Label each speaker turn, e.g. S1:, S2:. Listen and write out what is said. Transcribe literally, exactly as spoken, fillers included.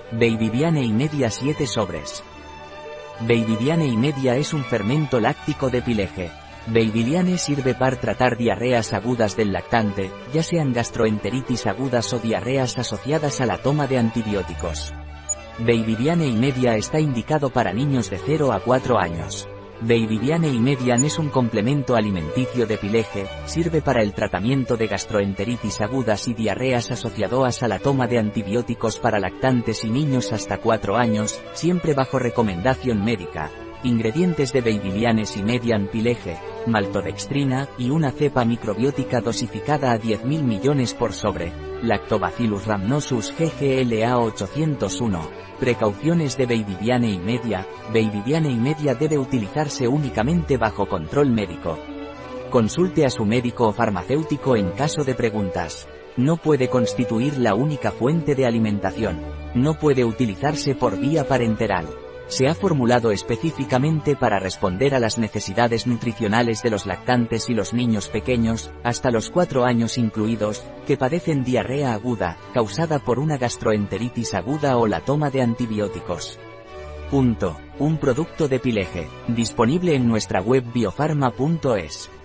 S1: Babyviane y media siete sobres. Babyviane y media es un fermento láctico de Pilege. Babyviane sirve para tratar diarreas agudas del lactante, ya sean gastroenteritis agudas o diarreas asociadas a la toma de antibióticos. Babyviane y media está indicado para niños de cero a cuatro años. Babyviane y median es un complemento alimenticio de Pilege, sirve para el tratamiento de gastroenteritis agudas y diarreas asociadas a la toma de antibióticos para lactantes y niños hasta cuatro años, siempre bajo recomendación médica. Ingredientes de Babyviane y median: Pilege, maltodextrina, y una cepa microbiótica dosificada a diez mil millones por sobre. Lactobacillus rhamnosus G G L A ochocientos uno. Precauciones de Babyviane y media. Babyviane y media debe utilizarse únicamente bajo control médico. Consulte a su médico o farmacéutico en caso de preguntas. No puede constituir la única fuente de alimentación. No puede utilizarse por vía parenteral. Se ha formulado específicamente para responder a las necesidades nutricionales de los lactantes y los niños pequeños, hasta los cuatro años incluidos, que padecen diarrea aguda, causada por una gastroenteritis aguda o la toma de antibióticos. Punto. Un producto de Pilege, disponible en nuestra web biofarma punto es.